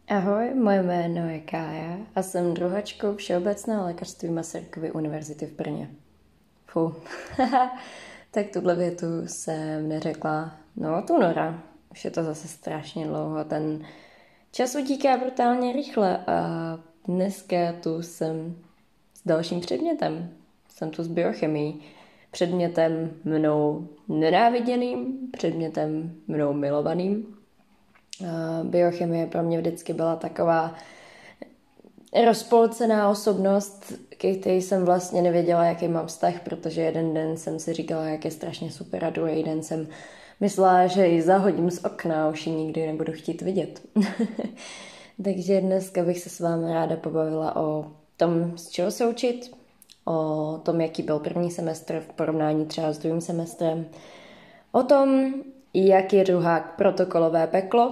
Ahoj, moje jméno je Kája a jsem druhačkou Všeobecného lékařství Masarykovy univerzity v Brně. Tak tuhle větu jsem neřekla, od února. Už je to zase strašně dlouho, ten čas utíká brutálně rychle a dneska tu jsem s dalším předmětem. Jsem tu s biochemií. Předmětem mnou nenáviděným, předmětem mnou milovaným. Biochemie pro mě vždycky byla taková rozpolcená osobnost, ke které jsem vlastně nevěděla, jaký mám vztah, protože jeden den jsem si říkala, jak je strašně super a druhý den jsem myslela, že ji zahodím z okna a už ji nikdy nebudu chtít vidět. Takže dneska bych se s vámi ráda pobavila o tom, z čeho se učit, o tom, jaký byl první semestr v porovnání třeba s druhým semestrem, o tom, jak je druhák protokolové peklo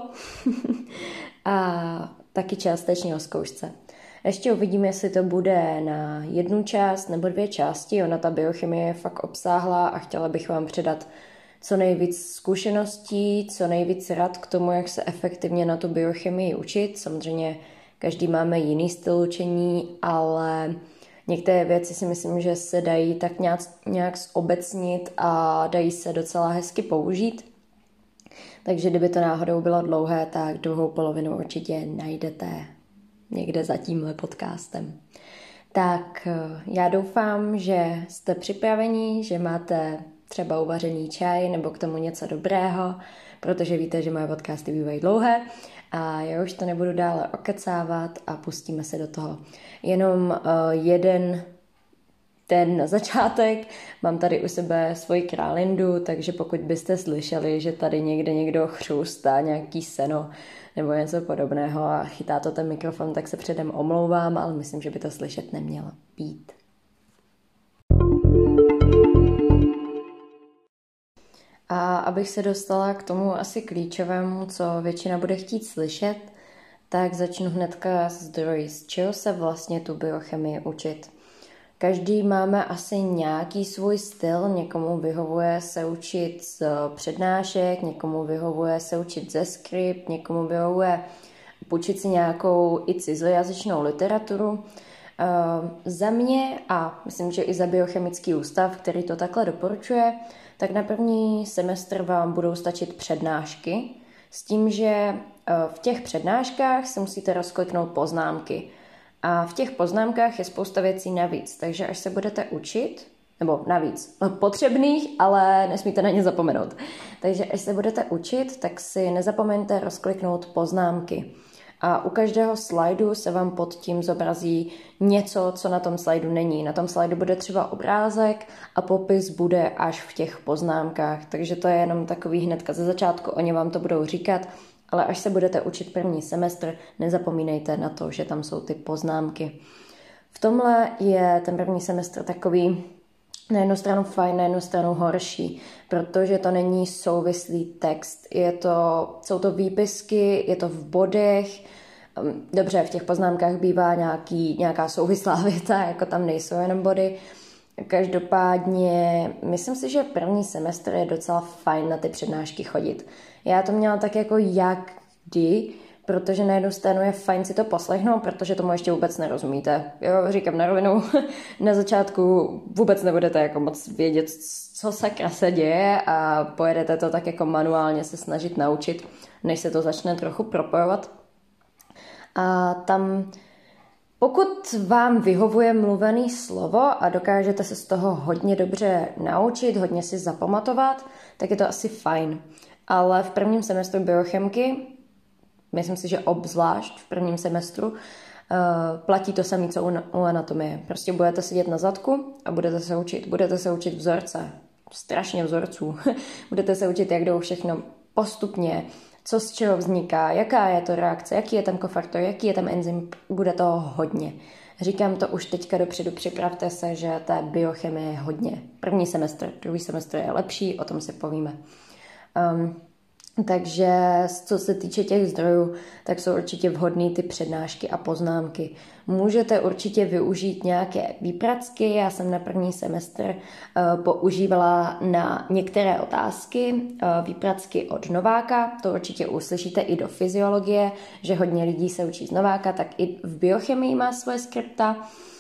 a taky částečně o zkoušce. Ještě uvidíme, jestli to bude na jednu část nebo dvě části. Ona ta biochemie je fakt obsáhlá a chtěla bych vám předat co nejvíc zkušeností, co nejvíc rad k tomu, jak se efektivně na tu biochemii učit. Samozřejmě každý máme jiný styl učení, ale některé věci si myslím, že se dají tak nějak zobecnit a dají se docela hezky použít. Takže kdyby to náhodou bylo dlouhé, tak druhou polovinu určitě najdete někde za tímhle podcastem. Tak já doufám, že jste připraveni, že máte třeba uvařený čaj nebo k tomu něco dobrého, protože víte, že moje podcasty bývají dlouhé a já už to nebudu dále okecávat a pustíme se do toho. Jenom jeden ten na začátek, mám tady u sebe svoji králindu, takže pokud byste slyšeli, že tady někde někdo chrustá nějaký seno nebo něco podobného a chytá to ten mikrofon, tak se předem omlouvám, ale myslím, že by to slyšet nemělo být. A abych se dostala k tomu asi klíčovému, co většina bude chtít slyšet, tak začnu hnedka s zdroji, z čeho se vlastně tu biochemii učit. Každý máme asi nějaký svůj styl, někomu vyhovuje se učit z přednášek, někomu vyhovuje se učit ze skript, někomu vyhovuje půjčit si nějakou i cizojazyčnou literaturu. Za mě a myslím, že i za Biochemický ústav, který to takhle doporučuje, tak na první semestr vám budou stačit přednášky s tím, že v těch přednáškách se musíte rozkliknout poznámky. A v těch poznámkách je spousta věcí navíc, takže až se budete učit, nebo navíc potřebných, ale nesmíte na ně zapomenout. Takže až se budete učit, tak si nezapomeňte rozkliknout poznámky. A u každého slajdu se vám pod tím zobrazí něco, co na tom slajdu není. Na tom slajdu bude třeba obrázek a popis bude až v těch poznámkách. Takže to je jenom takový hnedka ze začátku, oni vám to budou říkat, ale až se budete učit první semestr, nezapomínejte na to, že tam jsou ty poznámky. V tomhle je ten první semestr takový na jednu stranu fajn, na jednu stranu horší, protože to není souvislý text. Jsou to výpisky, je to v bodech. Dobře, v těch poznámkách bývá nějaká souvislá věta, jako tam nejsou jenom body. Každopádně myslím si, že první semestr je docela fajn na ty přednášky chodit. Já to měla tak jako kdy, protože na jednu stranu je fajn si to poslechnout, protože tomu ještě vůbec nerozumíte. Jo, říkám na rovinu, na začátku vůbec nebudete jako moc vědět, co sakra se děje a pojedete to tak jako manuálně se snažit naučit, než se to začne trochu propojovat. A tam, pokud vám vyhovuje mluvené slovo a dokážete se z toho hodně dobře naučit, hodně si zapamatovat, tak je to asi fajn. Ale v prvním semestru biochemky, myslím si, že obzvlášť v prvním semestru, platí to samé, co u anatomie. Prostě budete sedět na zadku a budete se učit. Budete se učit vzorce. Strašně vzorců. Budete se učit, jak jdou všechno postupně, co z čeho vzniká, jaká je to reakce, jaký je tam kofaktor, jaký je tam enzym. Bude toho hodně. Říkám to už teďka dopředu, připravte se, že té biochemie je hodně. První semestr, druhý semestr je lepší, o tom si povíme. Takže co se týče těch zdrojů, tak jsou určitě vhodné ty přednášky a poznámky. Můžete určitě využít nějaké výpracky. Já jsem na první semestr používala na některé otázky výpracky od Nováka. To určitě uslyšíte i do fyziologie, že hodně lidí se učí z Nováka, tak i v biochemii má svoje skripta.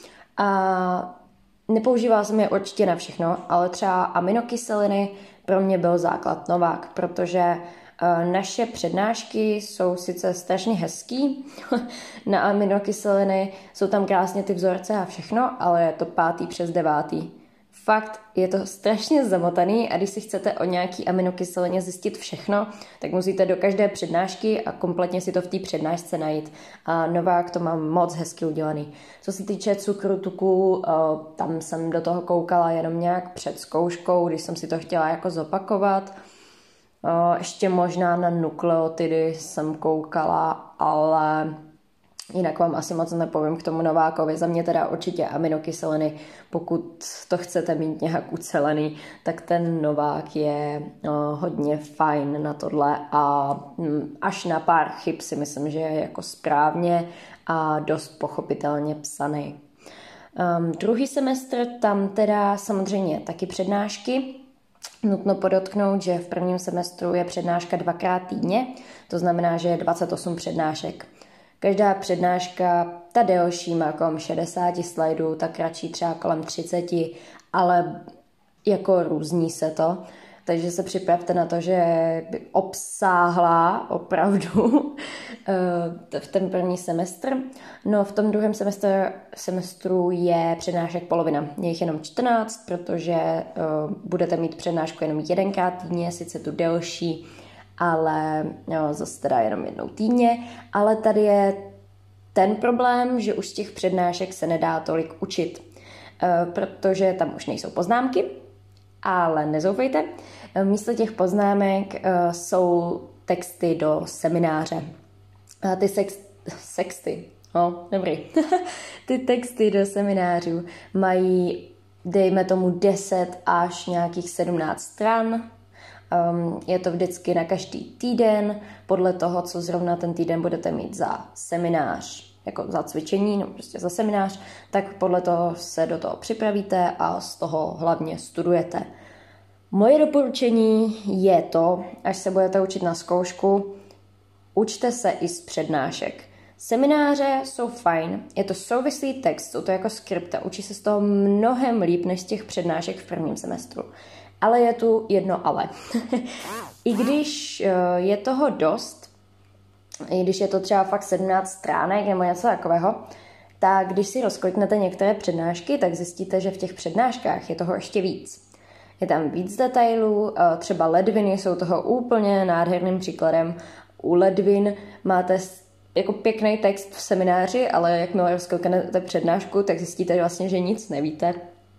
A nepoužívala jsem je určitě na všechno, ale třeba aminokyseliny pro mě byl základ Novák, protože naše přednášky jsou sice strašně hezký na aminokyseliny, jsou tam krásně ty vzorce a všechno, ale je to 5. přes 9. Fakt je to strašně zamotaný a když si chcete o nějaký aminokyselině zjistit všechno, tak musíte do každé přednášky a kompletně si to v té přednášce najít. A Novák to má moc hezky udělaný. Co se týče cukru, tuku, tam jsem do toho koukala jenom nějak před zkouškou, když jsem si to chtěla jako zopakovat. Ještě možná na nukleotidy jsem koukala, ale jinak vám asi moc nepovím k tomu Novákovi. Za mě teda určitě aminokyseliny, pokud to chcete mít nějak ucelený, tak ten Novák je hodně fajn na tohle a až na pár chyb si myslím, že je jako správně a dost pochopitelně psaný. Druhý semestr, tam teda samozřejmě taky přednášky. Nutno podotknout, že v prvním semestru je přednáška 2x týdně, to znamená, že je 28 přednášek. Každá přednáška, ta delší má kolem 60 slajdů, ta kratší třeba kolem 30, ale jako různí se to. Takže se připravte na to, že obsáhlá opravdu v ten první semestr. No v tom druhém semestru je přednášek polovina. Je jich jenom 14, protože budete mít přednášku jenom 1x týdně, sice tu delší, ale zase teda jenom 1 týdně. Ale tady je ten problém, že už z těch přednášek se nedá tolik učit, protože tam už nejsou poznámky, ale nezoufejte. Místo těch poznámek jsou texty do semináře. A ty ty texty do seminářů mají, dejme tomu, 10 až nějakých 17 stran. Je to vždycky na každý týden, podle toho, co zrovna ten týden budete mít za seminář, jako za cvičení, no prostě za seminář, tak podle toho se do toho připravíte a z toho hlavně studujete. Moje doporučení je to, až se budete učit na zkoušku, učte se i z přednášek. Semináře jsou fajn, je to souvislý text, jsou to jako skripta, učí se z toho mnohem líp než z těch přednášek v prvním semestru. Ale je tu jedno ale. I když je toho dost, i když je to třeba fakt 17 stránek nebo něco takového, tak když si rozkliknete některé přednášky, tak zjistíte, že v těch přednáškách je toho ještě víc. Je tam víc detailů, třeba ledviny jsou toho úplně nádherným příkladem. U ledvin máte jako pěkný text v semináři, ale jakmile rozkliknete přednášku, tak zjistíte vlastně, že nic nevíte.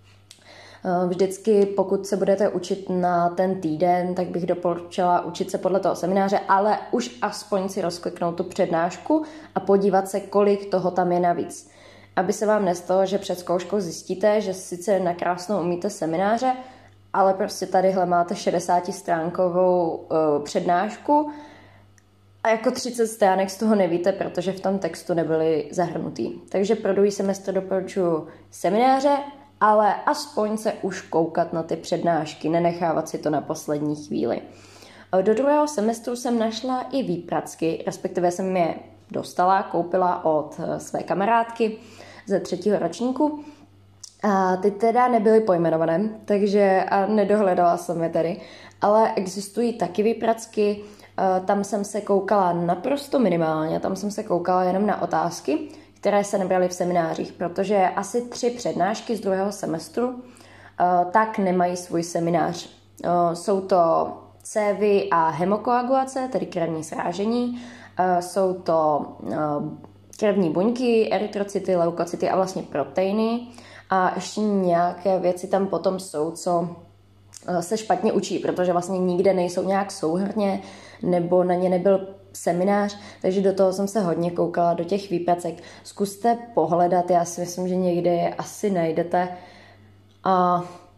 Vždycky, pokud se budete učit na ten týden, tak bych doporučila učit se podle toho semináře, ale už aspoň si rozkliknout tu přednášku a podívat se, kolik toho tam je navíc. Aby se vám nestalo, že před zkouškou zjistíte, že sice nakrásnou umíte semináře, ale prostě tadyhle máte 60stránkovou přednášku a jako 30 stránek z toho nevíte, protože v tom textu nebyly zahrnutý. Takže pro druhý semestr doporučuji semináře, ale aspoň se už koukat na ty přednášky, nenechávat si to na poslední chvíli. Do druhého semestru jsem našla i výpracky, respektive jsem je dostala, koupila od své kamarádky ze 3. ročníku. A ty teda nebyly pojmenované, takže a nedohledala jsem je tady, ale existují taky výpracky, tam jsem se koukala naprosto minimálně, tam jsem se koukala jenom na otázky, které se nebraly v seminářích, protože asi 3 přednášky z druhého semestru tak nemají svůj seminář. Jsou to cévy a hemokoagulace, tedy krevní srážení, jsou to krevní buňky, erytrocyty, leukocyty a vlastně proteiny a ještě nějaké věci tam potom jsou, co se špatně učí, protože vlastně nikde nejsou nějak souhrnně nebo na ně nebyl seminář, takže do toho jsem se hodně koukala, do těch výpracek. Zkuste pohledat, já si myslím, že někde je asi najdete. A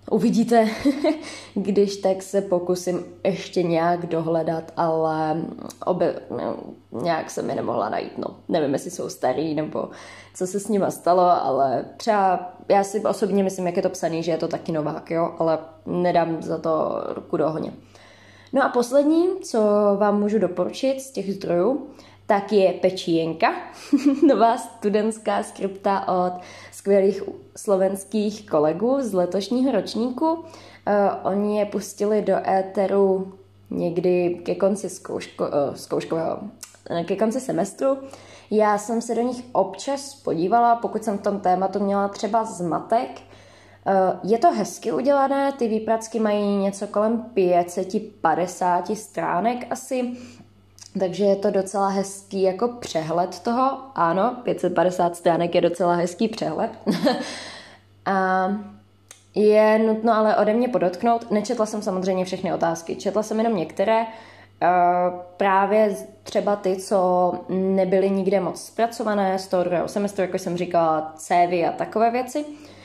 Uvidíte, když tak se pokusím ještě nějak dohledat, ale nějak se mi nemohla najít. No, nevím, jestli jsou starý nebo co se s nima stalo, ale třeba já si osobně myslím, jak je to psaný, že je to taky novák, jo, ale nedám za to ruku do ohně. No a poslední, co vám můžu doporučit z těch zdrojů, tak je Pečijenka, nová studentská skripta od skvělých slovenských kolegů z letošního ročníku. Oni je pustili do éteru někdy ke konci ke konci semestru. Já jsem se do nich občas podívala, pokud jsem v tom tématu měla třeba zmatek. Je to hezky udělané, ty výpracky mají něco kolem 550 stránek asi, takže je to docela hezký jako přehled toho. Ano, 550 stránek je docela hezký přehled. A je nutno ale ode mě podotknout, nečetla jsem samozřejmě všechny otázky, četla jsem jenom některé, právě třeba ty, co nebyly nikde moc zpracované z toho druhého semestru, jako jsem říkala, cévy a takové věci.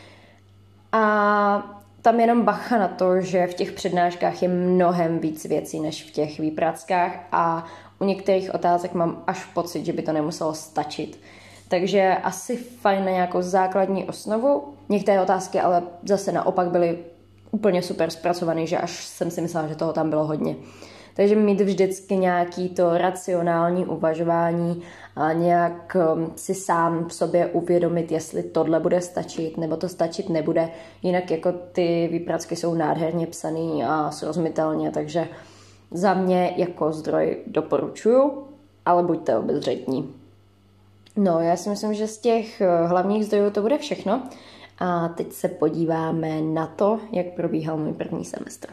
A tam jenom bacha na to, že v těch přednáškách je mnohem víc věcí než v těch výprackách a u některých otázek mám až pocit, že by to nemuselo stačit. Takže asi fajn na nějakou základní osnovu. Některé otázky ale zase naopak byly úplně super zpracované, že až jsem si myslela, že toho tam bylo hodně. Takže mít vždycky nějaký to racionální uvažování a nějak si sám v sobě uvědomit, jestli tohle bude stačit, nebo to stačit nebude. Jinak jako ty výpracky jsou nádherně psaný a srozumitelně, takže za mě jako zdroj doporučuju, ale buďte obezřetní. No, já si myslím, že z těch hlavních zdrojů to bude všechno. A teď se podíváme na to, jak probíhal můj první semestr.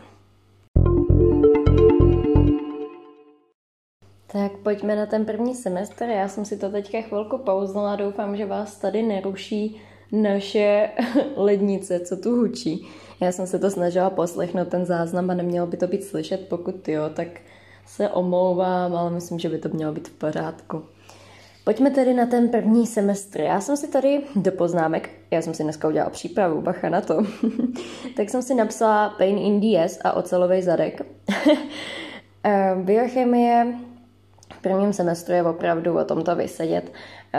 Tak pojďme na ten první semestr. Já jsem si to teďka chvilku pauznula, doufám, že vás tady neruší naše lednice, co tu hučí. Já jsem se to snažila poslechnout ten záznam a nemělo by to být slyšet, pokud jo, tak se omlouvám, ale myslím, že by to mělo být v pořádku. Pojďme tedy na ten první semestr. Já jsem si tady do poznámek, já jsem si dneska udělala přípravu, bacha na to, tak jsem si napsala Pain in the ass a ocelový zadek. Biochemie v prvním semestru je opravdu o tomto vysedět.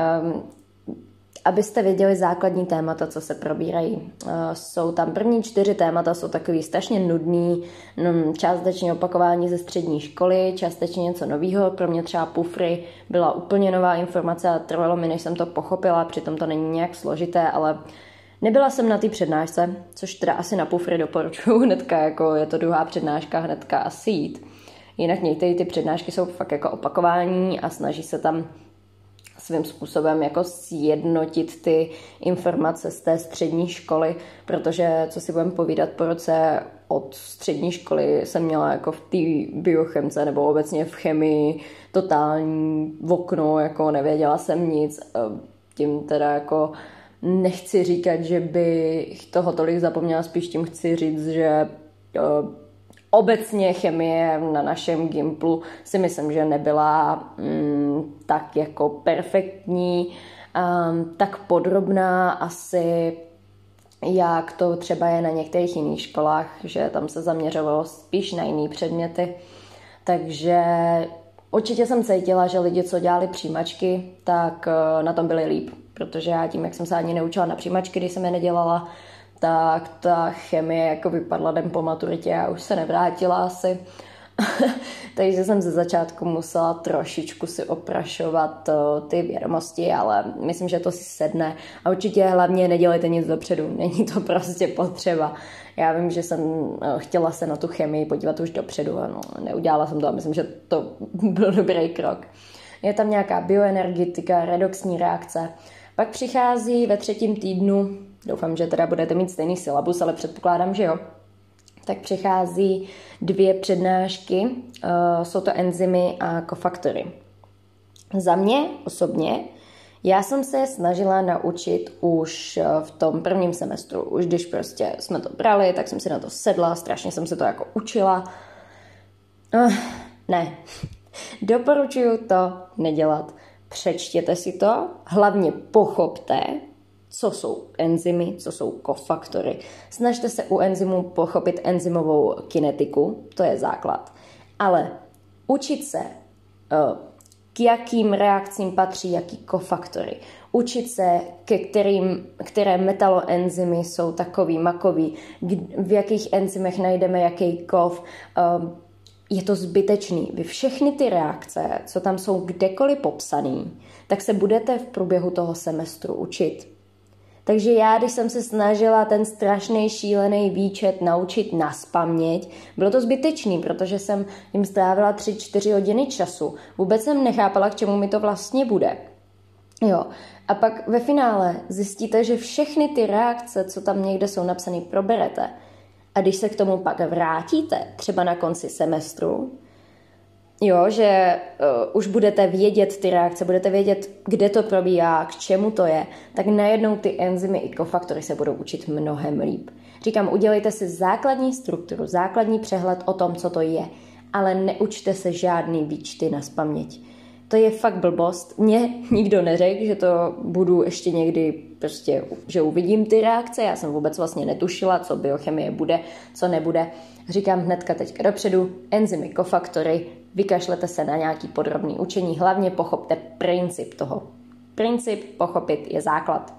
Abyste věděli základní témata, co se probírají. Jsou tam první 4 témata, jsou takový strašně nudný, částečně opakování ze střední školy, částečně něco novýho. Pro mě třeba pufry byla úplně nová informace a trvalo mi, než jsem to pochopila, přitom to není nějak složité, ale nebyla jsem na té přednášce, což teda asi na pufry doporučuji hnedka, jako je to druhá přednáška, hnedka asi jít. Jinak některé ty přednášky jsou fakt jako opakování a snaží se tam svým způsobem jako sjednotit ty informace z té střední školy, protože, co si budeme povídat, po roce od střední školy jsem měla jako v té biochemce nebo obecně v chemii totální okno, jako nevěděla jsem nic, tím teda jako nechci říkat, že bych toho tolik zapomněla, spíš tím chci říct, že obecně chemie na našem Gimplu si myslím, že nebyla tak jako perfektní, tak podrobná asi, jak to třeba je na některých jiných školách, že tam se zaměřovalo spíš na jiné předměty. Takže určitě jsem cítila, že lidi, co dělali přijímačky, tak na tom byli líp, protože já tím, jak jsem se ani neučila na přijímačky, když jsem je nedělala, tak ta chemie jako vypadla den po maturitě a už se nevrátila asi. Takže jsem ze začátku musela trošičku si oprašovat ty vědomosti, ale myslím, že to si sedne. A určitě hlavně nedělejte nic dopředu, není to prostě potřeba. Já vím, že jsem chtěla se na tu chemii podívat už dopředu, no, neudělala jsem to a myslím, že to byl dobrý krok. Je tam nějaká bioenergetika, redoxní reakce. Pak přichází ve 3. týdnu, doufám, že teda budete mít stejný syllabus, ale předpokládám, že jo, tak přichází 2 přednášky, jsou to enzymy a kofaktory. Za mě osobně, já jsem se snažila naučit už v tom prvním semestru, už když prostě jsme to brali, tak jsem si na to sedla, strašně jsem se to jako učila. Ne, doporučuju to nedělat. Přečtěte si to, hlavně pochopte, co jsou enzymy, co jsou kofaktory. Snažte se u enzymů pochopit enzymovou kinetiku, to je základ. Ale učit se, k jakým reakcím patří jaký kofaktory. Učit se, které metaloenzymy jsou takový, makový, v jakých enzymech najdeme jaký kov. Je to zbytečný. Vy všechny ty reakce, co tam jsou kdekoliv popsaný, tak se budete v průběhu toho semestru učit. Takže já, když jsem se snažila ten strašný šílený výčet naučit nazpaměť, bylo to zbytečný, protože jsem jim strávila 3-4 hodiny času. Vůbec jsem nechápala, k čemu mi to vlastně bude. Jo. A pak ve finále zjistíte, že všechny ty reakce, co tam někde jsou napsané, proberete. A když se k tomu pak vrátíte, třeba na konci semestru, jo, že už budete vědět ty reakce, budete vědět, kde to probíhá, k čemu to je, tak najednou ty enzymy i kofaktory se budou učit mnohem líp. Říkám, udělejte si základní strukturu, základní přehled o tom, co to je, ale neučte se žádný výčty nazpaměť. To je fakt blbost. Mně nikdo neřekl, že to budu ještě někdy prostě, že uvidím ty reakce. Já jsem vůbec vlastně netušila, co biochemie bude, co nebude. Říkám hnedka teďka dopředu, enzymy, kofaktory, vykašlete se na nějaký podrobný učení, hlavně pochopte princip toho. Princip pochopit je základ.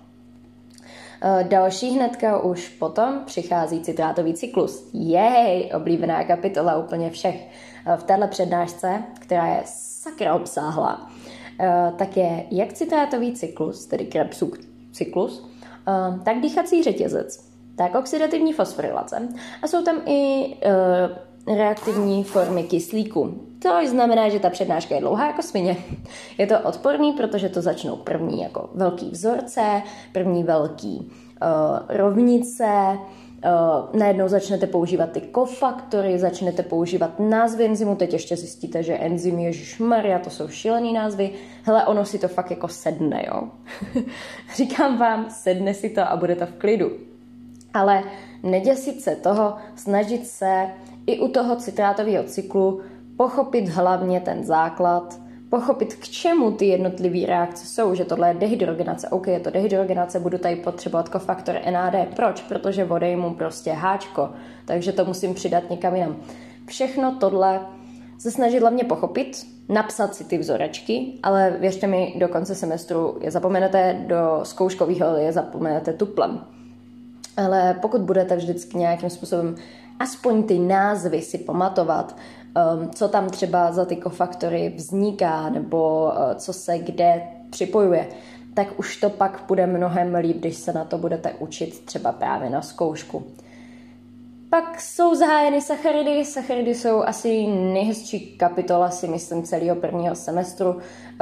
Další hnedka už potom přichází citrátový cyklus. Jej, oblíbená kapitola úplně všech. V téhle přednášce, která je sakra obsáhla, tak je jak citrátový cyklus, tedy Krebsův cyklus, tak dýchací řetězec, tak oxidativní fosforilace a jsou tam i reaktivní formy kyslíku. To znamená, že ta přednáška je dlouhá jako svině. Je to odporný, protože to začnou první jako velký vzorce, první velký rovnice, najednou začnete používat ty kofaktory, začnete používat názvy enzymu, teď ještě zjistíte, že enzymy, ježišmarja, to jsou šílený názvy. Hele, ono si to fakt jako sedne, jo. Říkám vám, sedne si to a bude to v klidu. Ale neděsit se toho, snažit se i u toho citrátového cyklu pochopit hlavně ten základ, pochopit, k čemu ty jednotlivé reakce jsou, že tohle je dehydrogenace. OK, je to dehydrogenace, budu tady potřebovat kofaktor NAD. Proč? Protože odejmu prostě háčko, takže to musím přidat někam jinam. Všechno tohle se snažit hlavně pochopit, napsat si ty vzorečky, ale věřte mi, do konce semestru je zapomenete, do zkouškového je zapomenete tuplem. Ale pokud budete vždycky nějakým způsobem aspoň ty názvy si pamatovat, co tam třeba za ty kofaktory vzniká nebo co se kde připojuje, tak už to pak bude mnohem líp, když se na to budete učit třeba právě na zkoušku. Pak jsou zahájeny sacharidy. Sacharidy jsou asi nejhezčí kapitola, si myslím, celého prvního semestru.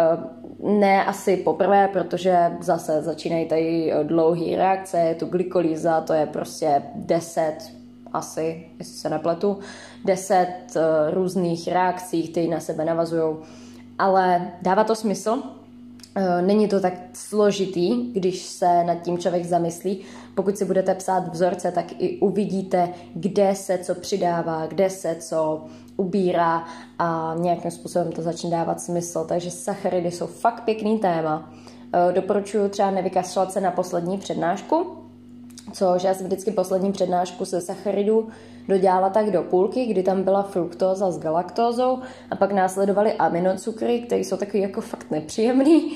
Ne asi poprvé, protože zase začínají tady dlouhé reakce, je tu glykolýza, to je prostě 10, asi, jestli se nepletu, 10 různých reakcí, které na sebe navazují. Ale dává to smysl. Není to tak složitý, když se nad tím člověk zamyslí. Pokud si budete psát vzorce, tak i uvidíte, kde se co přidává, kde se co ubírá a nějakým způsobem to začne dávat smysl. Takže sacharidy jsou fakt pěkný téma. Doporučuji třeba nevykašlat se na poslední přednášku, což já jsem vždycky poslední přednášku se sacharidů dodělala tak do půlky, kdy tam byla fruktóza s galaktózou a pak následovaly aminocukry, které jsou takový jako fakt nepříjemný.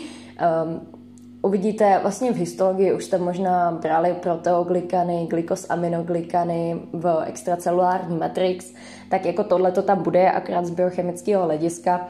Uvidíte, vlastně v histologii už jste možná brali proteoglykany, glykosaminoglikany v extracelulární matrix, tak jako tohle to tam bude, akorát z biochemického hlediska.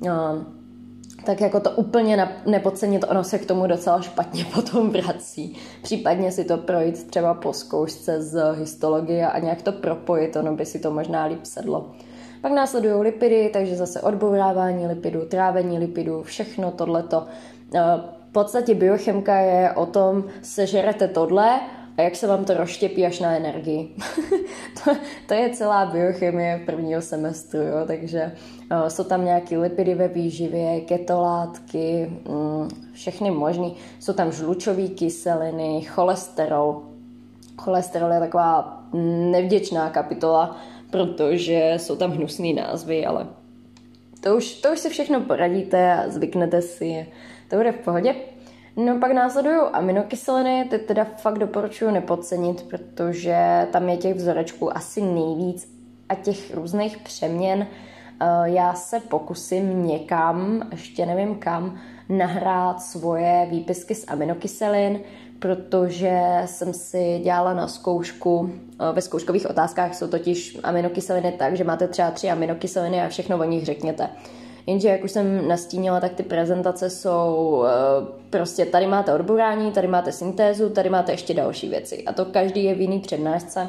Tak jako to úplně nepodcenit, ono se k tomu docela špatně potom vrací. Případně si to projít třeba po zkoušce z histologie a nějak to propojit, ono by si to možná líp sedlo. Pak následují lipidy, takže zase odbourávání lipidů, trávení lipidů, všechno tohleto. V podstatě biochemka je o tom, sežerete tohle a jak se vám to rozštěpí až na energii. to je celá biochemie prvního semestru, jo? Takže jsou tam nějaké lipidy ve výživě, ketolátky, všechny možný. Jsou tam žlučové kyseliny, cholesterol. Cholesterol je taková nevděčná kapitola, protože jsou tam hnusný názvy, ale to už si všechno poradíte a zvyknete si. To bude v pohodě. No pak následují aminokyseliny, ty teda fakt doporučuji nepodcenit, protože tam je těch vzorečků asi nejvíc a těch různých přeměn. Já se pokusím někam, ještě nevím kam, nahrát svoje výpisky z aminokyselin, protože jsem si dělala na zkoušku, ve zkouškových otázkách jsou totiž aminokyseliny tak, že máte třeba 3 aminokyseliny a všechno o nich řekněte. Jenže, jak už jsem nastínila, tak ty prezentace jsou prostě tady máte odbourání, tady máte syntézu, tady máte ještě další věci. A to každý je v jiný přednášce.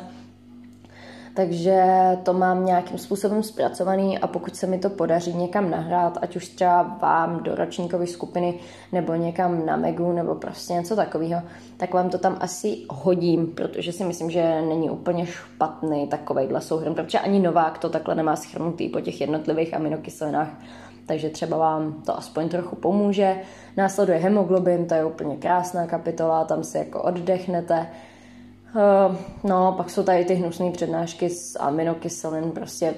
Takže to mám nějakým způsobem zpracovaný a pokud se mi to podaří někam nahrát, ať už třeba vám do ročníkové skupiny nebo někam na Megu nebo prostě něco takového, tak vám to tam asi hodím, protože si myslím, že není úplně špatný takovejhle souhrn, protože ani novák to takhle nemá shrnutý po těch jednotlivých aminokyselinách, takže třeba vám to aspoň trochu pomůže. Následuje hemoglobin, to je úplně krásná kapitola, tam si jako oddechnete. No, pak jsou tady ty hnusné přednášky z aminokyselin, prostě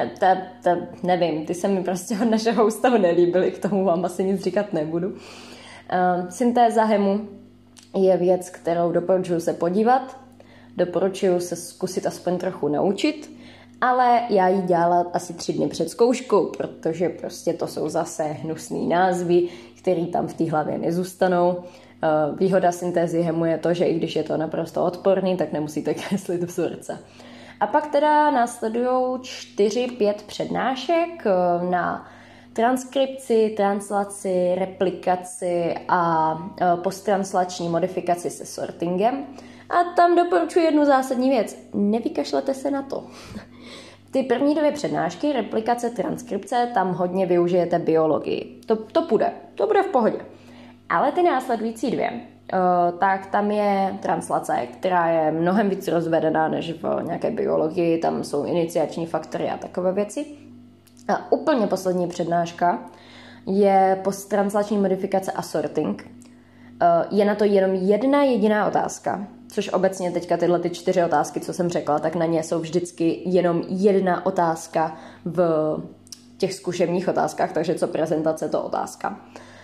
nevím, ty se mi prostě od našeho ústavu nelíbily, k tomu vám asi nic říkat nebudu. Syntéza hemu je věc, kterou doporučuji se podívat, doporučuji se zkusit aspoň trochu naučit, ale já ji dělala asi 3 dny před zkouškou, protože prostě to jsou zase hnusný názvy, které tam v té hlavě nezůstanou. Výhoda syntézy hemu je to, že i když je to naprosto odporný, tak nemusíte kreslit vzorce. A pak teda následují 4-5 přednášek na transkripci, translaci, replikaci a posttranslační modifikaci se sortingem. A tam doporučuji jednu zásadní věc. Nevykašlete se na to. Ty první 2 přednášky, replikace, transkripce, tam hodně využijete biologii. To půjde, to bude v pohodě. Ale ty následující 2, tak tam je translace, která je mnohem víc rozvedená než v nějaké biologii, tam jsou iniciační faktory a takové věci. A úplně poslední přednáška je posttranslační modifikace a sorting. Je na to jenom jedna jediná otázka, což obecně teďka tyhle ty 4 otázky, co jsem řekla, tak na ně jsou vždycky jenom jedna otázka v těch zkušebních otázkách, takže co prezentace, to otázka.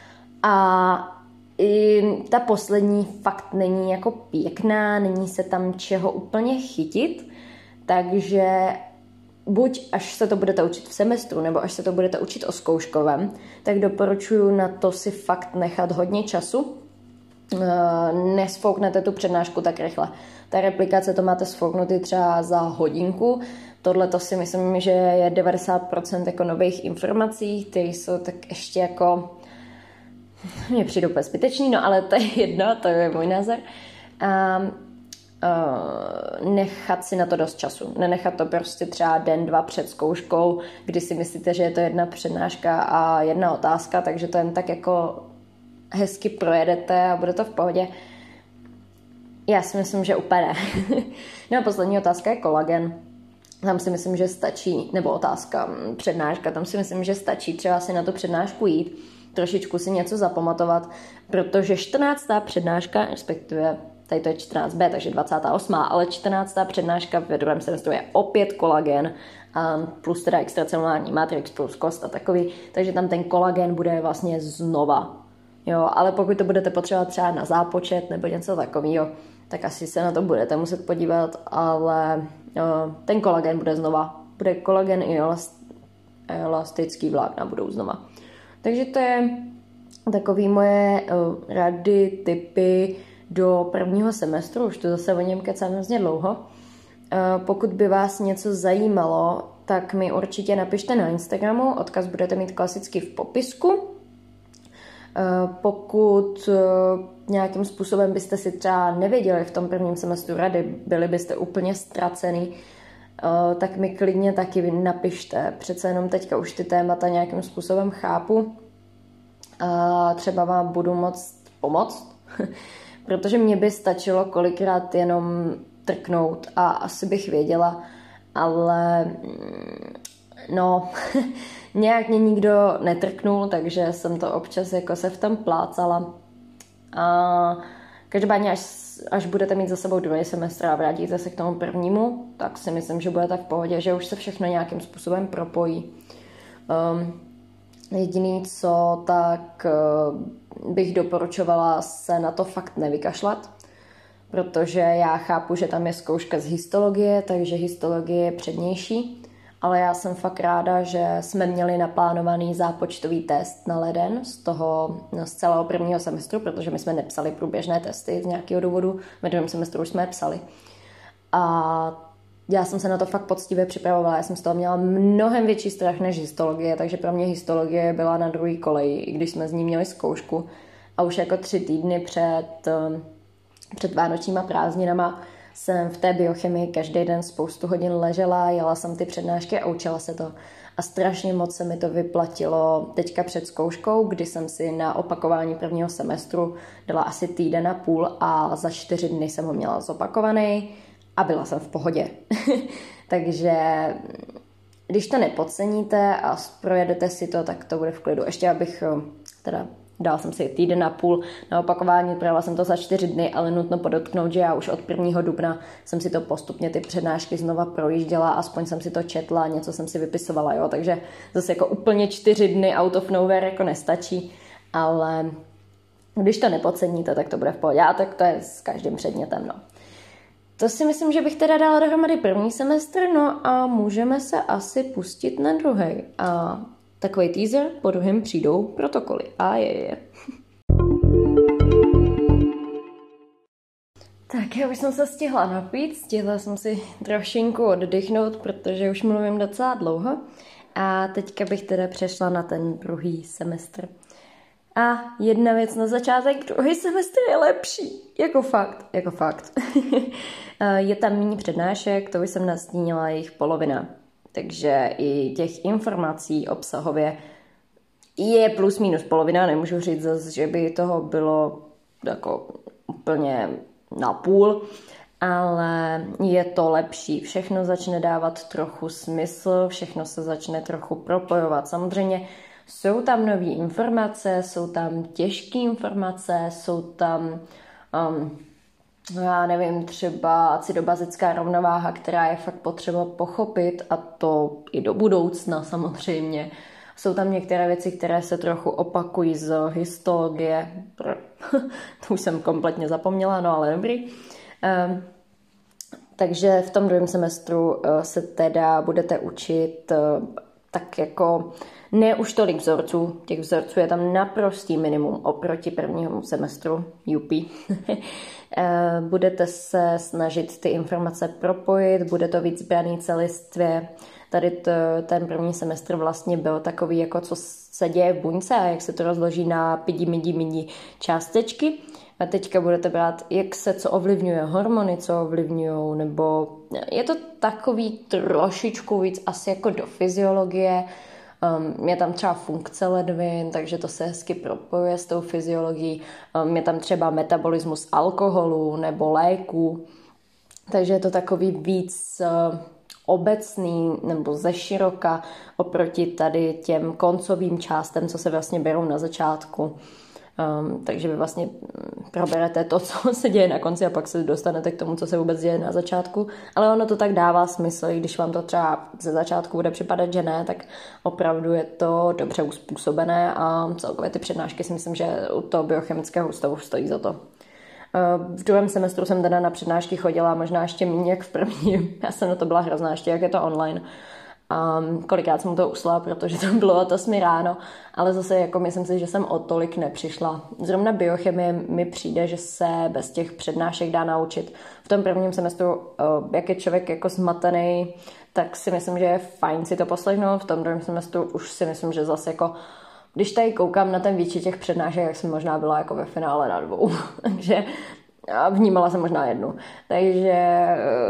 A i ta poslední fakt není jako pěkná, není se tam čeho úplně chytit, takže buď až se to budete učit v semestru, nebo až se to budete učit o zkouškovém, tak doporučuji na to si fakt nechat hodně času. Nesfouknete tu přednášku tak rychle. Ta replikace to máte sfouknutý třeba za hodinku. Tohle to si myslím, že je 90% jako nových informací, které jsou tak ještě jako mně přijde úplně zbytečný, no ale to je jedno, to je můj názor. Nechat si na to dost času. Nenechat to prostě třeba den, 2 před zkouškou, kdy si myslíte, že je to jedna přednáška a jedna otázka, takže to jen tak jako hezky projedete a bude to v pohodě. Já si myslím, že úplně ne. No a poslední otázka je kolagen. Tam si myslím, že stačí, nebo otázka, přednáška, tam si myslím, že stačí třeba si na tu přednášku jít, trošičku si něco zapamatovat, protože 14. přednáška, respektive tady to je 14b, takže 28. ale 14. přednáška ve 2. semestru je opět kolagen, plus teda extracelulární matrix, plus kost a takový, takže tam ten kolagen bude vlastně znova. Jo, ale pokud to budete potřebovat třeba na zápočet nebo něco takového, tak asi se na to budete muset podívat, ale ten kolagen bude znova. Bude kolagen i elastický vlákna budou znova. Takže to je takový moje rady, tipy do 1. semestru, už to zase o něm kecám hrozně dlouho. Pokud by vás něco zajímalo, tak mi určitě napište na Instagramu, odkaz budete mít klasicky v popisku. Pokud nějakým způsobem byste si třeba nevěděli v tom 1. semestru rady, byli byste úplně ztracený, tak mi klidně taky napište. Přece jenom teďka už ty témata nějakým způsobem chápu a třeba vám budu moct pomoct, protože mě by stačilo kolikrát jenom trknout a asi bych věděla, ale no, nějak mě nikdo netrknul, takže jsem to občas jako se v tom plácala. A každopádně, až budete mít za sebou 2. semestr a vrátíte se k tomu 1., tak si myslím, že budete v pohodě, že už se všechno nějakým způsobem propojí. Jediný co, tak bych doporučovala se na to fakt nevykašlat, protože já chápu, že tam je zkouška z histologie, takže histologie je přednější, ale já jsem fakt ráda, že jsme měli naplánovaný zápočtový test na leden z celého prvního semestru, protože my jsme nepsali průběžné testy z nějakého důvodu, ve druhém semestru už jsme je psali. A já jsem se na to fakt poctivě připravovala, já jsem z toho měla mnohem větší strach než histologie, takže pro mě histologie byla na druhý koleji, i když jsme z ní měli zkoušku. A už jako 3 týdny před vánočníma prázdninama jsem v té biochemii každý den spoustu hodin ležela, jela jsem ty přednášky a učila se to. A strašně moc se mi to vyplatilo teďka před zkouškou, kdy jsem si na opakování prvního semestru dala asi 1,5 týdne a za 4 dny jsem ho měla zopakovaný a byla jsem v pohodě. Takže když to nepodceníte a projedete si to, tak to bude v klidu. Ještě abych dala jsem si 1,5 týdne na opakování, projela jsem to za 4 dny, ale nutno podotknout, že já už od 1. dubna jsem si to postupně ty přednášky znova projížděla, aspoň jsem si to četla, něco jsem si vypisovala, jo, takže zase jako úplně 4 dny out of nowhere jako nestačí, ale když to nepodceníte, tak to bude v pohodě, a tak to je s každým předmětem, no. To si myslím, že bych teda dala dohromady první semestr, no a můžeme se asi pustit na druhý. A takový teaser, po druhém přijdou protokoly. A je. Tak já už jsem se stihla napít, stihla jsem si trošinku oddechnout, protože už mluvím docela dlouho. A teďka bych teda přešla na ten druhý semestr. A jedna věc na začátek, druhý semestr je lepší. Jako fakt. Je tam méně přednášek, to už jsem nastínila jejich polovina. Takže i těch informací obsahově je plus minus polovina, nemůžu říct zase, že by toho bylo jako úplně na půl, ale je to lepší. Všechno začne dávat trochu smysl, všechno se začne trochu propojovat. Samozřejmě jsou tam nové informace, jsou tam těžké informace, jsou tam, já nevím, třeba acidobazická rovnováha, která je fakt potřeba pochopit, a to i do budoucna samozřejmě. Jsou tam některé věci, které se trochu opakují z histologie. To už jsem kompletně zapomněla, no ale dobrý. Takže v tom druhém semestru se teda budete učit tak jako ne už tolik vzorců, těch vzorců je tam naprostý minimum oproti prvnímu semestru, jupi. Budete se snažit ty informace propojit, bude to víc braný celistvě. Tady ten první semestr vlastně byl takový, jako co se děje v buňce a jak se to rozloží na midi částečky. A teďka budete brát, jak se co ovlivňuje, hormony co ovlivňují, nebo je to takový trošičku víc asi jako do fyziologie. Je tam třeba funkce ledvin, takže to se hezky propojuje s tou fyziologií. Je tam třeba metabolismus alkoholu nebo léků. Takže je to takový víc obecný nebo ze široka oproti tady těm koncovým částem, co se vlastně berou na začátku. Takže vy vlastně proberete to, co se děje na konci a pak se dostanete k tomu, co se vůbec děje na začátku. Ale ono to tak dává smysl, i když vám to třeba ze začátku bude připadat, že ne, tak opravdu je to dobře uspůsobené a celkově ty přednášky si myslím, že u toho biochemického ústavu stojí za to. V druhém semestru jsem teda na přednášky chodila možná ještě méně jak v prvním. Já jsem na to byla hrozná, ještě jak je to online. Kolikrát jsem to usla, protože to bylo od 8 ráno, ale zase jako myslím si, že jsem o tolik nepřišla. Zrovna biochemie mi přijde, že se bez těch přednášek dá naučit. V tom prvním semestru, jak je člověk jako zmatený, tak si myslím, že je fajn si to poslechnout. V tom druhém semestru už si myslím, že zase jako když tady koukám na ten výčet těch přednášek, jak jsem možná byla jako ve finále na 2. Takže vnímala jsem možná 1. Takže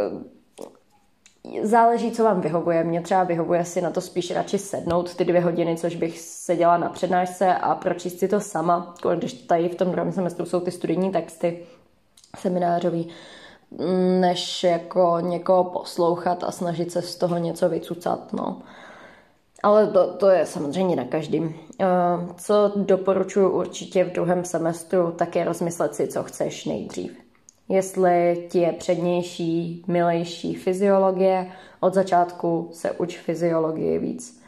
záleží, co vám vyhovuje. Mně třeba vyhovuje si na to spíš radši sednout ty 2 hodiny, což bych seděla na přednášce a pročíst si to sama, když tady v tom druhém semestru jsou ty studijní texty seminářový, než jako někoho poslouchat a snažit se z toho něco vycucat, no. Ale to je samozřejmě na každým. Co doporučuji určitě v druhém semestru, tak je rozmyslet si, co chceš nejdřív. Jestli ti je přednější, milejší fyziologie, od začátku se uč fyziologii víc.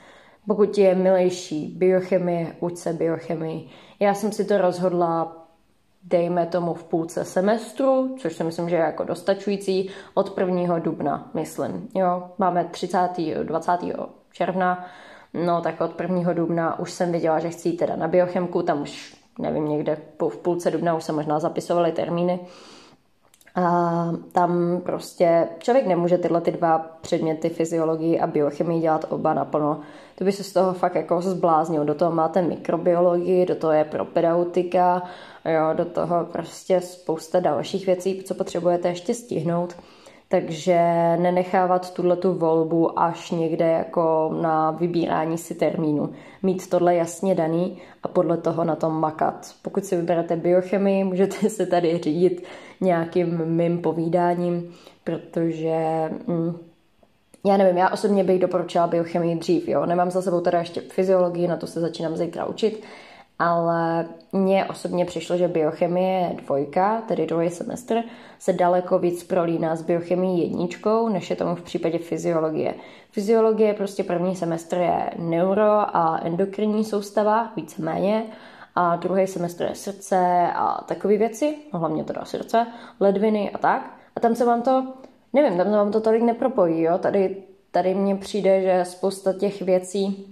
Pokud ti je milejší biochemie, uč se biochemii. Já jsem si to rozhodla, dejme tomu v půlce semestru, což si myslím, že je jako dostačující, od 1. dubna, myslím. Jo, máme 20. června, no tak od 1. dubna už jsem viděla, že chci jít teda na biochemku, tam už, nevím, někde v půlce dubna už se možná zapisovaly termíny. A tam prostě člověk nemůže tyhle ty 2 předměty, fyziologii a biochemii, dělat oba naplno. To by se z toho fakt jako zbláznil. Do toho máte mikrobiologii, do toho je propedeutika, jo, do toho prostě spousta dalších věcí, co potřebujete ještě stihnout. Takže nenechávat tuhletu volbu až někde jako na vybírání si termínu. Mít tohle jasně daný a podle toho na tom makat. Pokud si vyberete biochemii, můžete se tady řídit nějakým mým povídáním, protože já nevím, já osobně bych doporučila biochemii dřív, jo. Nemám za sebou teda ještě fyziologii, na to se začínám zítra učit, ale mně osobně přišlo, že biochemie 2, tedy 2. semestr, se daleko víc prolíná s biochemií 1, než je tomu v případě fyziologie. Fyziologie prostě 1. semestr je neuro a endokrinní soustava, víceméně, a 2. semestr je srdce a takové věci, no hlavně teda srdce, ledviny a tak. A tam se vám to, nevím, tam se vám to tolik nepropojí, jo. Tady mně přijde, že spousta těch věcí,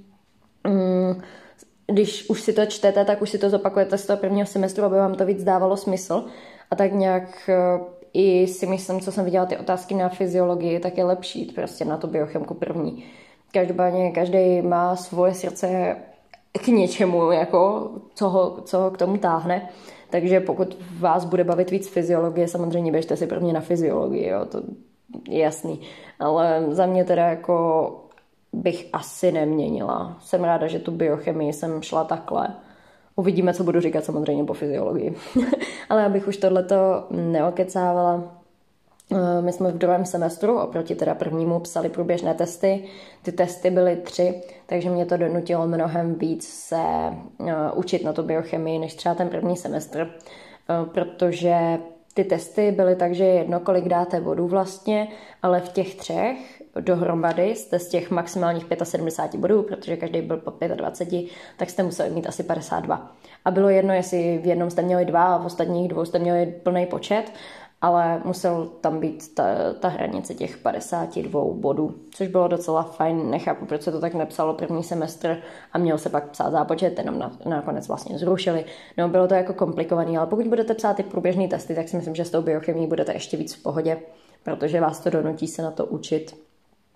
když už si to čtete, tak už si to zopakujete z toho 1. semestru, aby vám to víc dávalo smysl. A tak nějak i si myslím, co jsem viděla ty otázky na fyziologii, tak je lepší jít prostě na tu biochemku 1. Každopádně každý má svoje srdce k něčemu, jako, co ho k tomu táhne. Takže pokud vás bude bavit víc fyziologie, samozřejmě běžte si prvně na fyziologii, jo, to je jasný. Ale za mě teda jako bych asi neměnila. Jsem ráda, že tu biochemii jsem šla takhle. Uvidíme, co budu říkat samozřejmě po fyziologii. Ale abych už tohleto neokecávala, my jsme v 2. semestru, oproti teda 1. psali průběžné testy. Ty testy byly 3, takže mě to donutilo mnohem víc se učit na tu biochemii, než třeba ten 1. semestr, protože ty testy byly tak, že jedno, kolik dáte bodů vlastně, ale v těch 3 dohromady jste z těch maximálních 75 bodů, protože každý byl po 25, tak jste museli mít asi 52. A bylo jedno, jestli v jednom jste měli 2 a v ostatních 2 jste měli plný počet, ale musel tam být ta hranice těch 52 bodů, což bylo docela fajn. Nechápu, proč se to tak nepsalo 1. semestr a měl se pak psát zápočet, jenom nakonec vlastně zrušili. No, bylo to jako komplikovaný, ale pokud budete psát ty průběžné testy, tak si myslím, že s tou biochemií budete ještě víc v pohodě, protože vás to donutí se na to učit.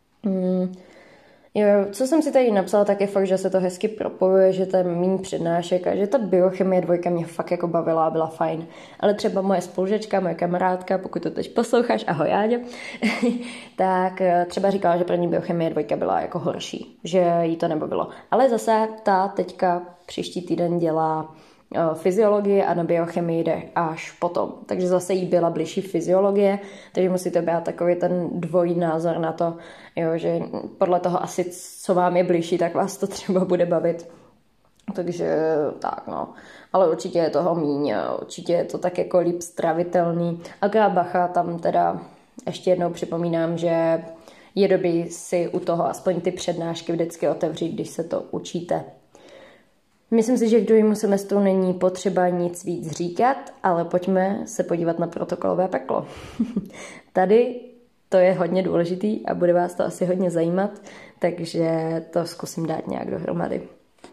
Jo, co jsem si tady napsala, tak je fakt, že se to hezky propojuje, že tam míň přednášek a že ta biochemie 2 mě fakt jako bavila a byla fajn. Ale třeba moje spolužečka, moje kamarádka, pokud to teď posloucháš, ahoj Jáďo, tak třeba říkala, že první biochemie 2 byla jako horší, že jí to nebavilo. Ale zase ta teďka příští týden dělá fyziologii a na biochemii jde až potom. Takže zase jí byla blížší fyziologie, takže musíte být takový ten dvojí názor na to, jo, že podle toho asi, co vám je blížší, tak vás to třeba bude bavit. Takže tak no. Ale určitě je toho míň, určitě je to tak jako líp stravitelný. A bacha, tam teda ještě jednou připomínám, že je dobrý si u toho aspoň ty přednášky vždycky otevřít, když se to učíte. Myslím si, že k 2. semestru není potřeba nic víc říkat, ale pojďme se podívat na protokolové peklo. Tady to je hodně důležitý a bude vás to asi hodně zajímat, takže to zkusím dát nějak dohromady.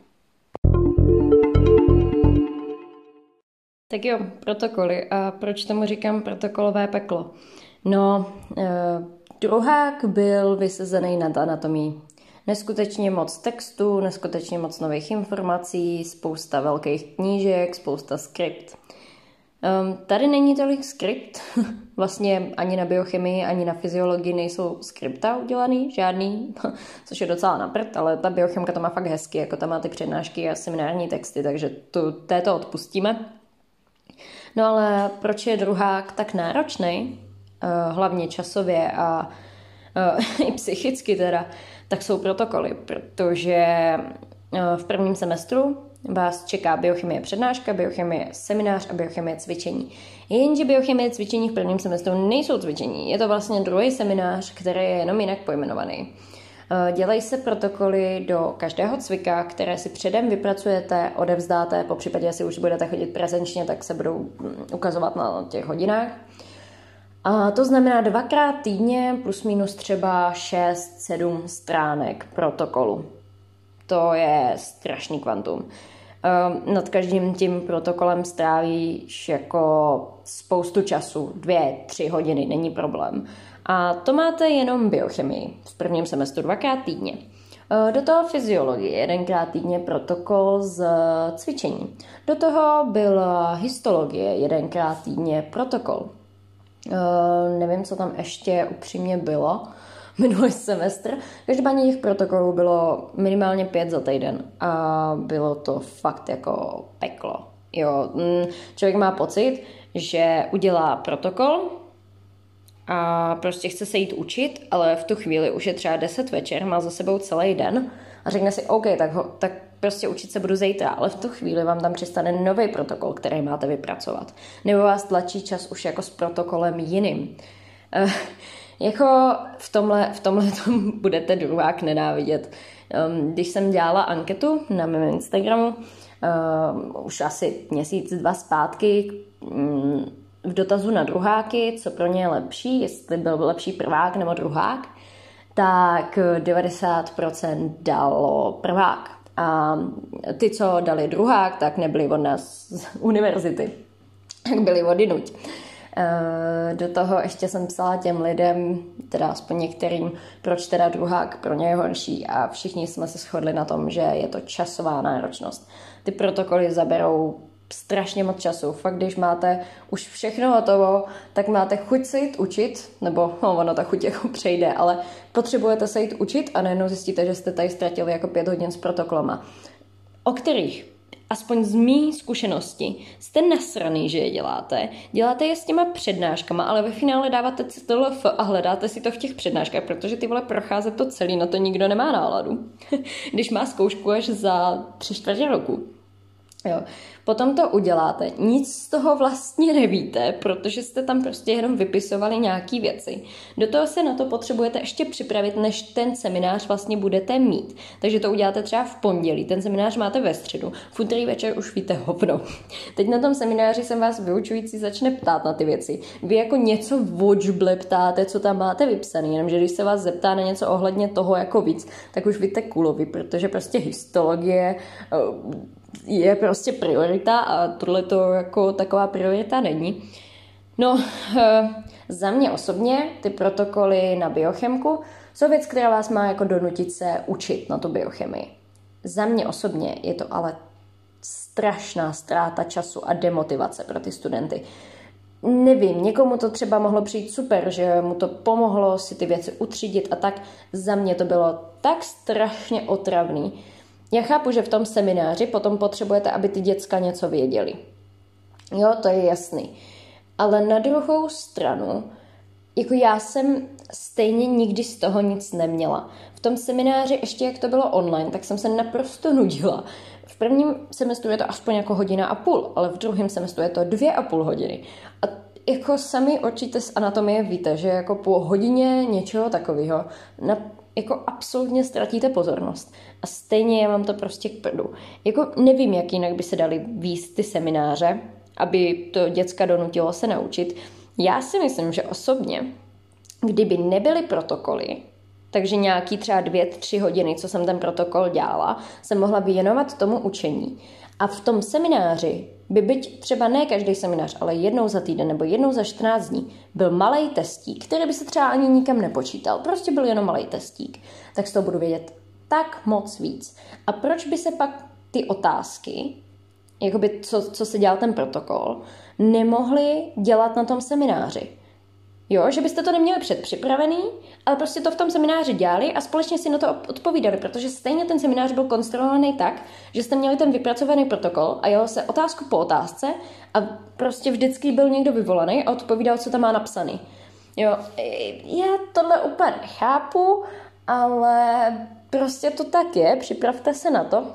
Tak jo, protokoly. A proč tomu říkám protokolové peklo? No, druhák byl vysazený nad anatomii. Neskutečně moc textu, neskutečně moc nových informací, spousta velkých knížek, spousta skript. Tady není tolik skript, vlastně ani na biochemii, ani na fyziologii nejsou skripta udělaný, žádný, což je docela na prd, ale ta biochemka to má fakt hezky, jako tam má ty přednášky a seminární texty, takže této odpustíme. No ale proč je druhák tak náročný, hlavně časově a i psychicky teda, tak jsou protokoly, protože v 1. semestru vás čeká biochemie přednáška, biochemie seminář a biochemie cvičení. Jenže biochemie cvičení v 1. semestru nejsou cvičení, je to vlastně druhý seminář, který je jenom jinak pojmenovaný. Dělají se protokoly do každého cvika, které si předem vypracujete, odevzdáte, po případě, jestli už budete chodit prezenčně, tak se budou ukazovat na těch hodinách. A to znamená 2x týdně plus minus třeba 6-7 stránek protokolu. To je strašný kvantum. Nad každým tím protokolem strávíš jako spoustu času, 2-3 hodiny, není problém. A to máte jenom biochemii v prvním semestru 2x týdně. Do toho fyziologie, 1x týdně protokol z cvičení. Do toho byla histologie, 1x týdně protokol. Nevím, co tam ještě upřímně bylo minulý semestr. Každopádně těch protokolů bylo minimálně 5 za týden a bylo to fakt jako peklo. Jo, člověk má pocit, že udělá protokol a prostě chce se jít učit, ale v tu chvíli už je třeba 10 večer, má za sebou celý den a řekne si, OK, tak prostě učit se budu zítra, ale v tu chvíli vám tam přistane nový protokol, který máte vypracovat. Nebo vás tlačí čas už jako s protokolem jiným. Jako v tomhle tom budete druhák nenávidět. Když jsem dělala anketu na mém Instagramu, už asi měsíc, 2 zpátky, v dotazu na druháky, co pro ně je lepší, jestli byl lepší prvák nebo druhák, tak 90% dalo prvák. A ty, co dali druhák, tak nebyli od nás z univerzity, tak byli odjinuť. Do toho ještě jsem psala těm lidem, teda aspoň některým, proč teda druhák pro ně je horší a všichni jsme se shodli na tom, že je to časová náročnost. Ty protokoly zaberou strašně moc času. Fakt, když máte už všechno hotovo, tak máte chuť se jít učit, nebo ono ta chuť jako přejde, ale potřebujete se jít učit a najednou zjistíte, že jste tady ztratili jako 5 hodin s protokolama, o kterých aspoň z mý zkušenosti jste nasraný, že je děláte je s těma přednáškama, ale ve finále dáváte CTLF a hledáte si to v těch přednáškách, protože ty vole procházet to celý, na to nikdo nemá náladu. Když má zkoušku až za 3/4 roku. Jo. Potom to uděláte, nic z toho vlastně nevíte, protože jste tam prostě jenom vypisovali nějaký věci. Do toho se na to potřebujete ještě připravit, než ten seminář vlastně budete mít. Takže to uděláte třeba v pondělí, ten seminář máte ve středu, v úterý večer už víte hovno. Teď na tom semináři se vás vyučující začne ptát na ty věci. Vy jako něco vočble ptáte, co tam máte vypsané, jenomže když se vás zeptá na něco ohledně toho jako víc, tak už víte kulovi, protože prostě histologie je prostě priorita a tohle to jako taková priorita není. No, za mě osobně ty protokoly na biochemku jsou věc, která vás má jako donutit se učit na tu biochemii. Za mě osobně je to ale strašná ztráta času a demotivace pro ty studenty. Nevím, někomu to třeba mohlo přijít super, že mu to pomohlo si ty věci utřídit a tak. Za mě to bylo tak strašně otravný. Já chápu, že v tom semináři potom potřebujete, aby ty děcka něco věděli. Jo, to je jasný. Ale na druhou stranu, jako já jsem stejně nikdy z toho nic neměla. V tom semináři, ještě jak to bylo online, tak jsem se naprosto nudila. V prvním semestru je to aspoň jako 1,5 hodiny, ale v druhém semestru je to 2,5 hodiny. A jako sami určitě z anatomie víte, že jako po hodině něčeho takového jako absolutně ztratíte pozornost. A stejně je vám to prostě k prdu. Jako nevím, jak jinak by se dali vést ty semináře, aby to děcka donutilo se naučit. Já si myslím, že osobně, kdyby nebyly protokoly, takže nějaký třeba 2-3 hodiny, co jsem ten protokol dělala, jsem mohla věnovat tomu učení. A v tom semináři by byť třeba ne každý seminář, ale jednou za týden nebo jednou za 14 dní byl malej testík, který by se třeba ani nikam nepočítal, prostě byl jenom malej testík, tak z toho budu vědět tak moc víc. A proč by se pak ty otázky, jakoby co se dělal ten protokol, nemohly dělat na tom semináři? Jo, že byste to neměli předpřipravený, ale prostě to v tom semináři dělali a společně si na to odpovídali, protože stejně ten seminář byl konstruovaný tak, že jste měli ten vypracovaný protokol a jelo se otázku po otázce a prostě vždycky byl někdo vyvolaný a odpovídal, co tam má napsaný. Jo, já tohle úplně nechápu, ale prostě to tak je, připravte se na to.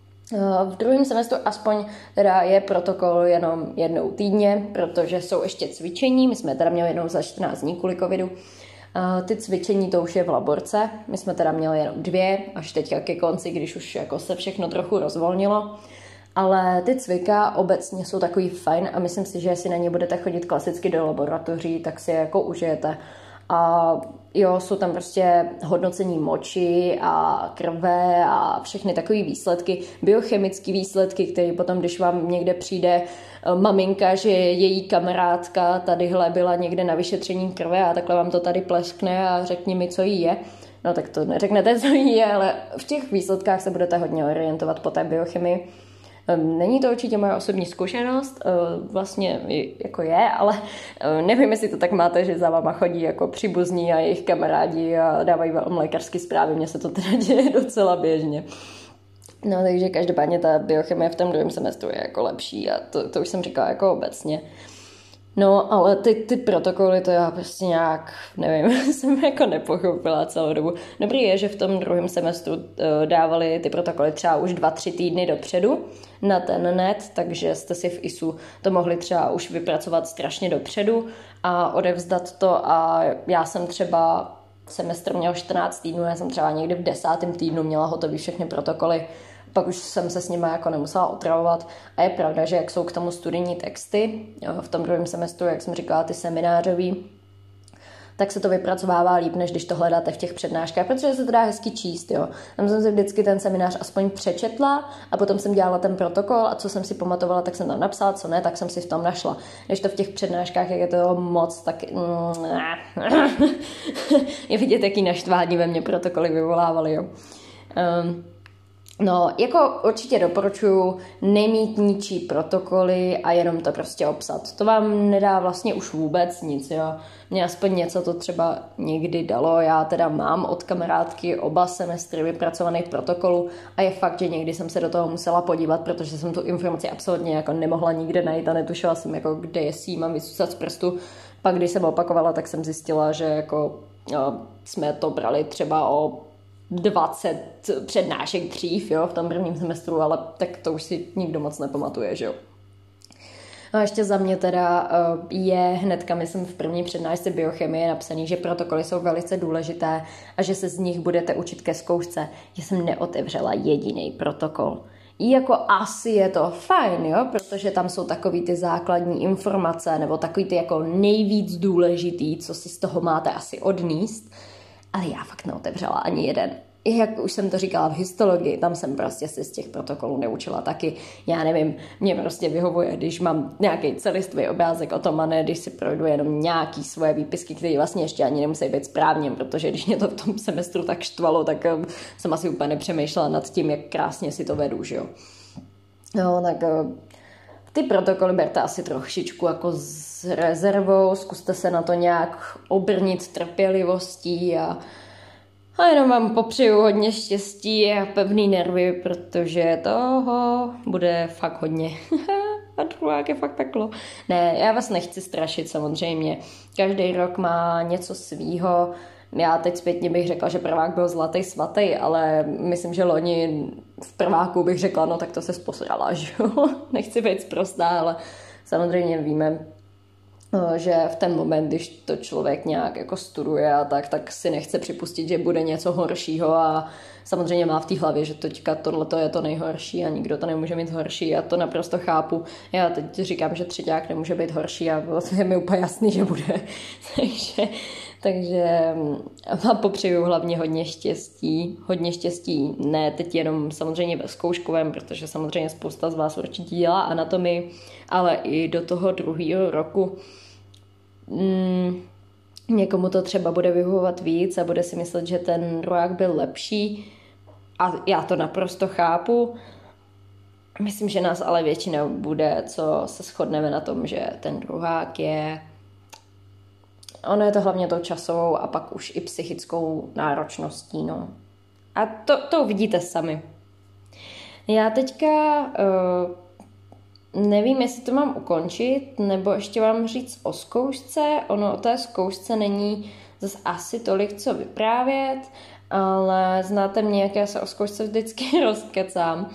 V druhém semestru aspoň teda je protokol jenom jednou týdně, protože jsou ještě cvičení, my jsme teda měli jednou za 14 dní kvůli covidu. Ty cvičení to už je v laborce, my jsme teda měli jenom 2, až teď ke konci, když už jako se všechno trochu rozvolnilo. Ale ty cvika obecně jsou takový fajn a myslím si, že jestli na ně budete chodit klasicky do laboratoří, tak si je jako užijete. A jo, jsou tam prostě hodnocení moči a krve a všechny takové výsledky, biochemické výsledky, které potom, když vám někde přijde maminka, že její kamarádka tadyhle byla někde na vyšetření krve a takhle vám to tady pleskne a řekni mi, co jí je. No tak to neřeknete, co jí je, ale v těch výsledkách se budete hodně orientovat po té biochemii. Není to určitě moje osobní zkušenost, vlastně jako je, ale nevím, jestli to tak máte, že za váma chodí jako příbuzní a jejich kamarádi a dávají vám lékařské zprávy, mně se to teda děje docela běžně. No takže každopádně ta biochemie v tom druhém semestru je jako lepší a to už jsem říkala jako obecně. No, ale ty protokoly, to já prostě nějak, nevím, jsem jako nepochopila celou dobu. Dobrý je, že v tom druhém semestru dávali ty protokoly třeba už 2-3 týdny dopředu na ten net, takže jste si v ISu to mohli třeba už vypracovat strašně dopředu a odevzdat to a já jsem třeba semestr měl 14 týdnů, já jsem třeba někdy v 10. týdnu měla hotový všechny protokoly, pak už jsem se s nimi jako nemusela otravovat a je pravda, že jak jsou k tomu studijní texty v tom druhém semestru, jak jsem říkala, ty seminářový, tak se to vypracovává líp, než když to hledáte v těch přednáškách, protože se to dá hezky číst, jo. Tam jsem si vždycky ten seminář aspoň přečetla a potom jsem dělala ten protokol a co jsem si pamatovala, tak jsem tam napsala, co ne, tak jsem si v tom našla. Když to v těch přednáškách, jak je to moc, tak je vidět, jaký naštvání ve mně protokoly vyvolávaly, jo. No, jako určitě doporučuji nemít ničí protokoly a jenom to prostě obsat. To vám nedá vlastně už vůbec nic, jo. Mně aspoň něco to třeba někdy dalo, já teda mám od kamarádky oba semestry vypracovaných protokolů a je fakt, že někdy jsem se do toho musela podívat, protože jsem tu informaci absolutně jako nemohla nikde najít a netušila jsem, jako kde je si mám vysusat z prstu. Pak když jsem opakovala, tak jsem zjistila, že jako jsme to brali třeba o 20 přednášek dřív, jo, v tom prvním semestru, ale tak to už si nikdo moc nepamatuje, že jo. A ještě za mě teda je hnedka, myslím, v první přednášce biochemie napsaný, že protokoly jsou velice důležité a že se z nich budete učit ke zkoušce. Já jsem neotevřela jediný protokol. Jako asi je to fajn, jo, protože tam jsou takový ty základní informace nebo takový ty jako nejvíc důležitý, co si z toho máte asi odníst. Ale já fakt neotevřela ani jeden. Jak už jsem to říkala v histologii, tam jsem prostě si z těch protokolů neučila taky. Já nevím, mě prostě vyhovuje, když mám nějaký celistvý obrázek o tom a ne, když si projdu jenom nějaký svoje výpisky, které vlastně ještě ani nemusí být správně, protože když mě to v tom semestru tak štvalo, tak jsem asi úplně nepřemýšlela nad tím, jak krásně si to vedu, že jo. No, tak ty protokoly berte asi trošičku jako s rezervou, zkuste se na to nějak obrnit trpělivostí a jenom vám popřeju hodně štěstí a pevný nervy, protože toho bude fakt hodně. A druhák je fakt taklo. Ne, já vás nechci strašit samozřejmě. Každý rok má něco svýho. Já teď zpětně bych řekla, že prvák byl zlatý svatý, ale myslím, že loni v prváku bych řekla, no tak to se posrala, že jo. Nechci být sprostá, ale samozřejmě víme, že v ten moment, když to člověk nějak jako studuje a tak si nechce připustit, že bude něco horšího a samozřejmě má v té hlavě, že teďka tohleto je to nejhorší a nikdo to nemůže mít horší, já to naprosto chápu. Já teď říkám, že třeťák nemůže být horší a je mi úplně jasný, že bude. Takže vám popřeju hlavně hodně štěstí, ne teď jenom samozřejmě ve zkouškovém, protože samozřejmě spousta z vás určitě dělá anatomii, ale i do toho druhého roku někomu to třeba bude vyhovovat víc a bude si myslet, že ten druhák byl lepší a já to naprosto chápu. Myslím, že nás ale většinou bude, co se shodneme na tom, že ten druhák je... Ono je to hlavně tou časovou a pak už i psychickou náročností, no. A to uvidíte sami. Já teďka nevím, jestli to mám ukončit, nebo ještě vám říct o zkoušce. Ono o té zkoušce není zase asi tolik, co vyprávět, ale znáte mě, jak já se o zkoušce vždycky rozkecám.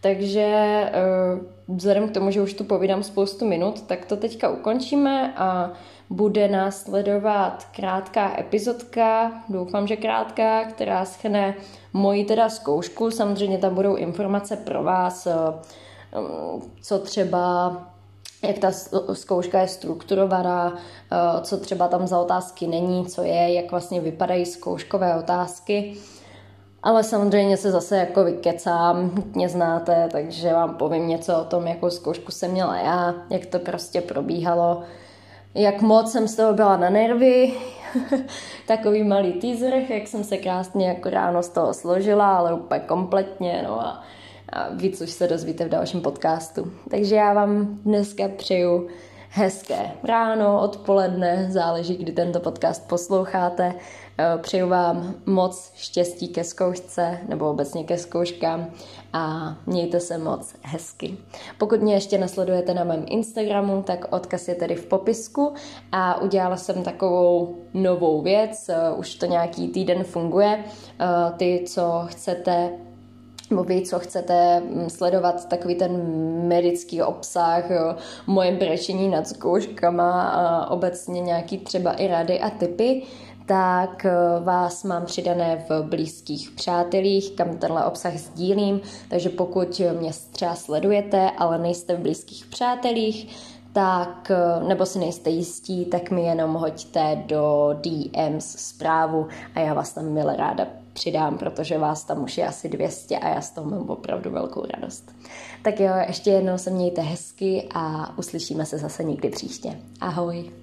Takže vzhledem k tomu, že už tu povídám spoustu minut, tak to teďka ukončíme a bude následovat krátká epizodka, doufám, že krátká, která shrne moji teda zkoušku. Samozřejmě tam budou informace pro vás, co třeba, jak ta zkouška je strukturovaná, co třeba tam za otázky není, co je, jak vlastně vypadají zkouškové otázky. Ale samozřejmě se zase jako vykecám, mě znáte, takže vám povím něco o tom, jakou zkoušku jsem měla já, jak to prostě probíhalo, jak moc jsem z toho byla na nervy, takový malý teaser, jak jsem se krásně jako ráno z toho složila, ale úplně kompletně, no a víc už se dozvíte v dalším podcastu. Takže já vám dneska přeju hezké ráno, odpoledne, záleží, kdy tento podcast posloucháte. Přeju vám moc štěstí ke zkoušce nebo obecně ke zkouškám a mějte se moc hezky. Pokud mě ještě nesledujete na mém Instagramu, tak odkaz je tedy v popisku a udělala jsem takovou novou věc, už to nějaký týden funguje. Ty, co chcete nebo vy, co chcete sledovat takový ten medický obsah, moje brečení nad zkouškama a obecně nějaký třeba i rady a tipy, tak vás mám přidané v blízkých přátelích, kam tenhle obsah sdílím, takže pokud mě třeba sledujete, ale nejste v blízkých přátelích, tak, nebo si nejste jistí, tak mi jenom hoďte do DMs zprávu a já vás tam milé ráda přidám, protože vás tam už je asi 200 a já z toho mám opravdu velkou radost. Tak jo, ještě jednou se mějte hezky a uslyšíme se zase někdy příště. Ahoj!